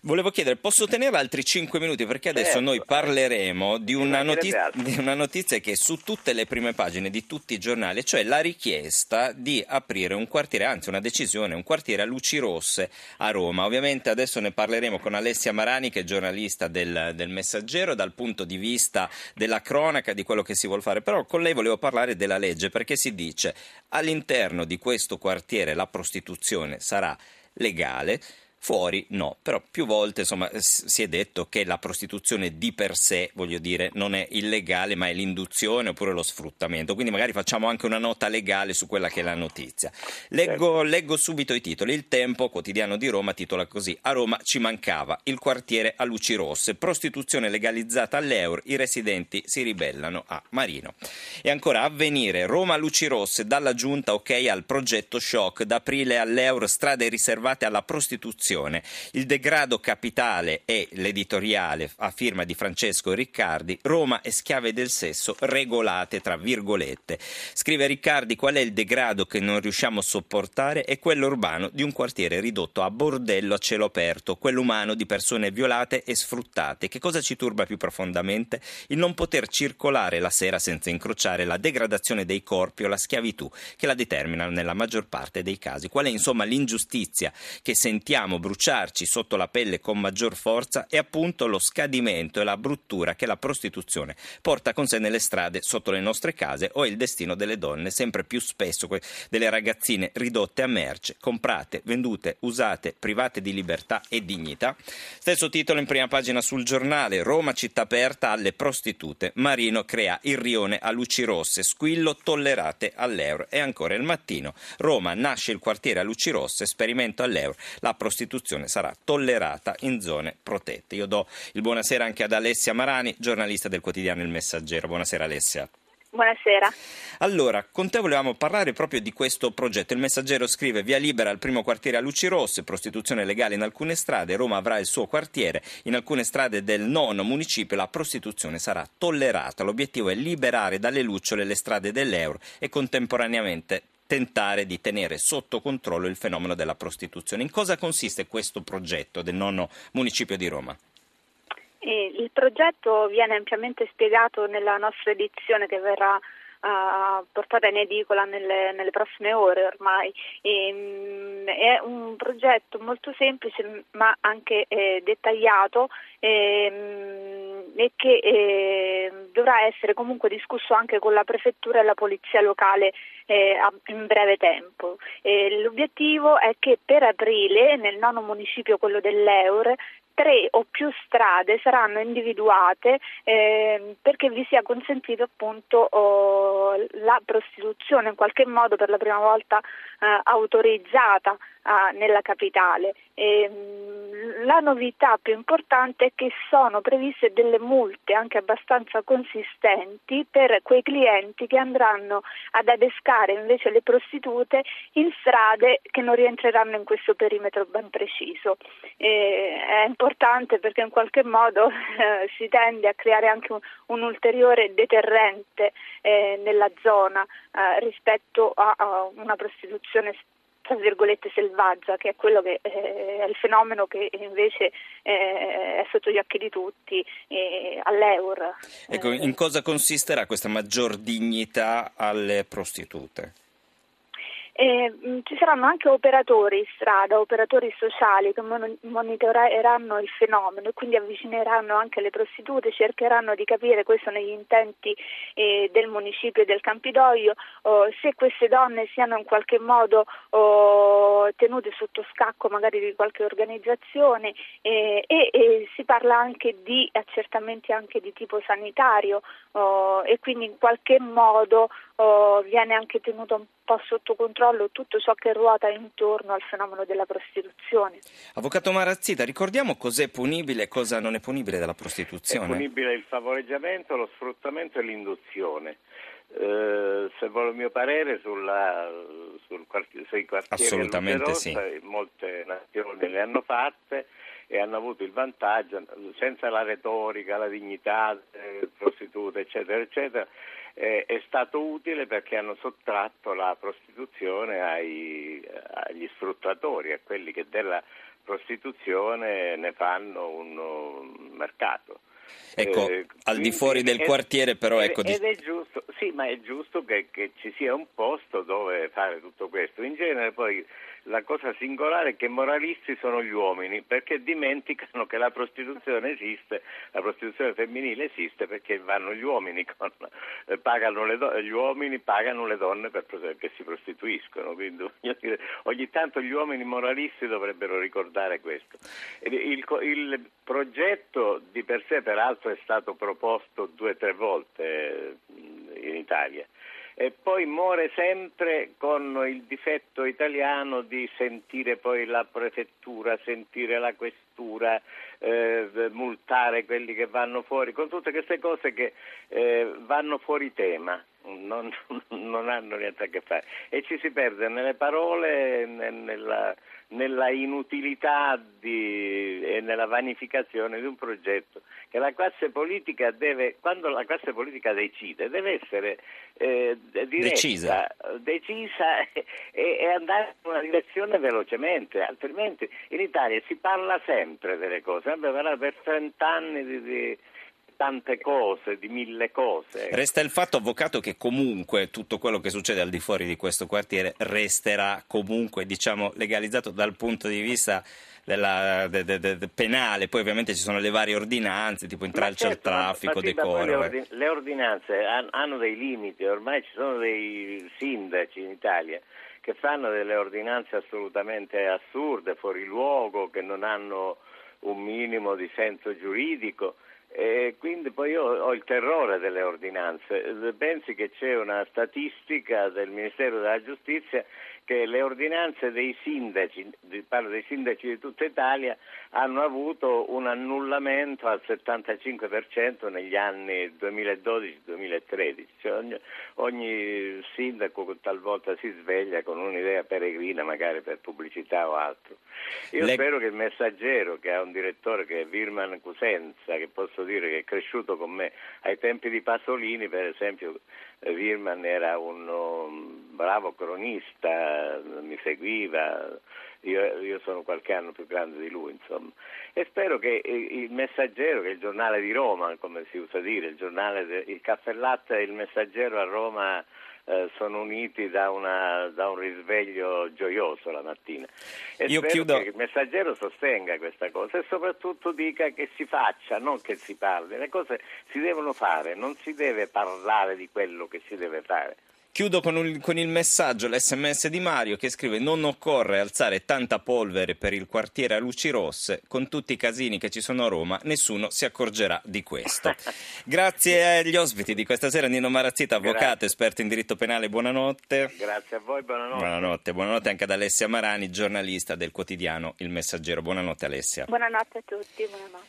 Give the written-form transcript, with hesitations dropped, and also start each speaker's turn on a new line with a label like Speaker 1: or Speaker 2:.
Speaker 1: Volevo chiedere, posso tenere altri 5 minuti? Perché adesso
Speaker 2: Certo,
Speaker 1: noi parleremo di
Speaker 2: ci
Speaker 1: una
Speaker 2: mancherebbe altro.
Speaker 1: di una notizia che è su tutte le prime pagine di tutti i giornali, cioè la richiesta di aprire un quartiere, anzi una decisione, un quartiere a luci rosse a Roma. Ovviamente adesso ne parleremo con Alessia Marani, che è giornalista del Messaggero, dal punto di vista della cronaca, di quello che si vuol fare. Però con lei volevo parlare della legge, perché si dice all'interno di questo quartiere la prostituzione sarà legale. Fuori no, però più volte insomma si è detto che la prostituzione di per sé, voglio dire, non è illegale, ma è l'induzione oppure lo sfruttamento, quindi magari facciamo anche una nota legale su quella che è la notizia.
Speaker 2: Certo.
Speaker 1: Leggo subito i titoli. Il Tempo, quotidiano di Roma, titola così: a Roma ci mancava il quartiere a luci rosse, prostituzione legalizzata all'euro, i residenti si ribellano a Marino. E ancora Avvenire, Roma a luci rosse, dalla giunta ok al progetto shock, da aprile all'euro strade riservate alla prostituzione. Il degrado capitale e l'editoriale a firma di Francesco Riccardi, Roma è schiave del sesso regolate tra virgolette. Scrive Riccardi: qual è il degrado che non riusciamo a sopportare? È quello urbano di un quartiere ridotto a bordello a cielo aperto, quello umano di persone violate e sfruttate. Che cosa ci turba più profondamente? Il non poter circolare la sera senza incrociare la degradazione dei corpi o la schiavitù che la determinano nella maggior parte dei casi. Qual è insomma l'ingiustizia che sentiamo bruciarci sotto la pelle con maggior forza? È appunto lo scadimento e la bruttura che la prostituzione porta con sé nelle strade sotto le nostre case, o è il destino delle donne, sempre più spesso delle ragazzine ridotte a merce, comprate, vendute, usate, private di libertà e dignità. Stesso titolo in prima pagina sul Giornale: Roma città aperta alle prostitute, Marino crea il rione a luci rosse, squillo tollerate all'euro. E ancora Il Mattino: Roma nasce il quartiere a luci rosse, esperimento all'euro, la prostituzione sarà tollerata in zone protette. Io do il buonasera anche ad Alessia Marani, giornalista del quotidiano Il Messaggero. Buonasera Alessia.
Speaker 3: Buonasera.
Speaker 1: Allora, con te volevamo parlare proprio di questo progetto. Il Messaggero scrive: via libera al primo quartiere a luci rosse, prostituzione legale in alcune strade, Roma avrà il suo quartiere, in alcune strade del nono municipio la prostituzione sarà tollerata. L'obiettivo è liberare dalle lucciole le strade dell'euro e contemporaneamente tentare di tenere sotto controllo il fenomeno della prostituzione. In cosa consiste questo progetto del nono municipio di Roma?
Speaker 3: Il progetto viene ampiamente spiegato nella nostra edizione che verrà portata in edicola nelle prossime ore ormai. È un progetto molto semplice ma anche dettagliato e che dovrà essere comunque discusso anche con la prefettura e la polizia locale in breve tempo. L'obiettivo è che per aprile nel nono municipio, quello dell'Eur, 3 o più strade saranno individuate perché vi sia consentito appunto la prostituzione in qualche modo per la prima volta autorizzata nella capitale. La novità più importante è che sono previste delle multe anche abbastanza consistenti per quei clienti che andranno ad adescare invece le prostitute in strade che non rientreranno in questo perimetro ben preciso. È importante perché in qualche modo si tende a creare anche un ulteriore deterrente nella zona rispetto a una prostituzione tra virgolette selvaggia, che è quello che è il fenomeno che invece è sotto gli occhi di tutti all'Eur.
Speaker 1: Ecco, in cosa consisterà questa maggior dignità alle prostitute?
Speaker 3: Ci saranno anche operatori in strada, operatori sociali che monitoreranno il fenomeno e quindi avvicineranno anche le prostitute, cercheranno di capire, questo negli intenti del municipio e del Campidoglio, se queste donne siano in qualche modo tenute sotto scacco magari di qualche organizzazione e si parla anche di accertamenti anche di tipo sanitario e quindi in qualche modo viene anche tenuto un po' sotto controllo tutto ciò che ruota intorno al fenomeno della prostituzione.
Speaker 1: Avvocato Marazzita, ricordiamo cos'è punibile e cosa non è punibile della prostituzione?
Speaker 2: È punibile il favoreggiamento, lo sfruttamento e l'induzione. Se vuole il mio parere sui quartieri
Speaker 1: Assolutamente
Speaker 2: a luce rossa,
Speaker 1: sì.
Speaker 2: molte nazioni le hanno fatte e hanno avuto il vantaggio, senza la retorica, la dignità prostitute, eccetera, eccetera. È stato utile perché hanno sottratto la prostituzione agli sfruttatori, a quelli che della prostituzione ne fanno un mercato.
Speaker 1: Ecco, al di fuori del quartiere però ecco...
Speaker 2: Ed è giusto, sì, ma è giusto che ci sia un posto dove fare tutto questo. In genere poi la cosa singolare è che moralisti sono gli uomini, perché dimenticano che la prostituzione esiste, la prostituzione femminile esiste perché vanno gli uomini, gli uomini pagano le donne che si prostituiscono, quindi ogni tanto gli uomini moralisti dovrebbero ricordare questo. Il progetto di per sé peraltro è stato proposto 2 o 3 volte in Italia. E poi muore sempre con il difetto italiano di sentire poi la prefettura, sentire la questura, multare quelli che vanno fuori, con tutte queste cose che vanno fuori tema, non hanno niente a che fare. E ci si perde nelle parole, nella inutilità e nella vanificazione di un progetto che la classe politica deve, quando la classe politica decide, deve essere diretta, decisa e andare in una direzione velocemente, altrimenti in Italia si parla sempre delle cose, abbiamo parlato per 30 anni di tante cose, di 1000 cose.
Speaker 1: Resta il fatto, avvocato, che comunque tutto quello che succede al di fuori di questo quartiere resterà comunque, diciamo, legalizzato dal punto di vista penale. Poi ovviamente ci sono le varie ordinanze, tipo intralcio al traffico, decoro.
Speaker 2: Le ordinanze hanno dei limiti, ormai ci sono dei sindaci in Italia che fanno delle ordinanze assolutamente assurde, fuori luogo, che non hanno un minimo di senso giuridico. E quindi poi io ho il terrore delle ordinanze. Pensi che c'è una statistica del Ministero della Giustizia che le ordinanze dei sindaci, parlo dei sindaci di tutta Italia, hanno avuto un annullamento al 75% negli anni 2012-2013. Cioè ogni sindaco talvolta si sveglia con un'idea peregrina, magari per pubblicità o altro. Io spero che il Messaggero, che ha un direttore che è Virman Cusenza, che posso dire che è cresciuto con me ai tempi di Pasolini, per esempio, Virman era un bravo cronista, mi seguiva, io sono qualche anno più grande di lui, insomma. E spero che il Messaggero, che è il giornale di Roma, come si usa dire, il Caffè Latte e il Messaggero a Roma sono uniti da un risveglio gioioso la mattina. E spero che il Messaggero sostenga questa cosa e soprattutto dica che si faccia, non che si parli. Le cose si devono fare, non si deve parlare di quello che si deve fare.
Speaker 1: Chiudo con il messaggio, l'SMS di Mario, che scrive: non occorre alzare tanta polvere per il quartiere a luci rosse, con tutti i casini che ci sono a Roma, nessuno si accorgerà di questo. Grazie agli ospiti di questa sera, Nino Marazzita, avvocato, esperto in diritto penale, buonanotte.
Speaker 2: Grazie a voi, buonanotte.
Speaker 1: Buonanotte anche ad Alessia Marani, giornalista del quotidiano Il Messaggero. Buonanotte Alessia.
Speaker 3: Buonanotte a tutti, buonanotte.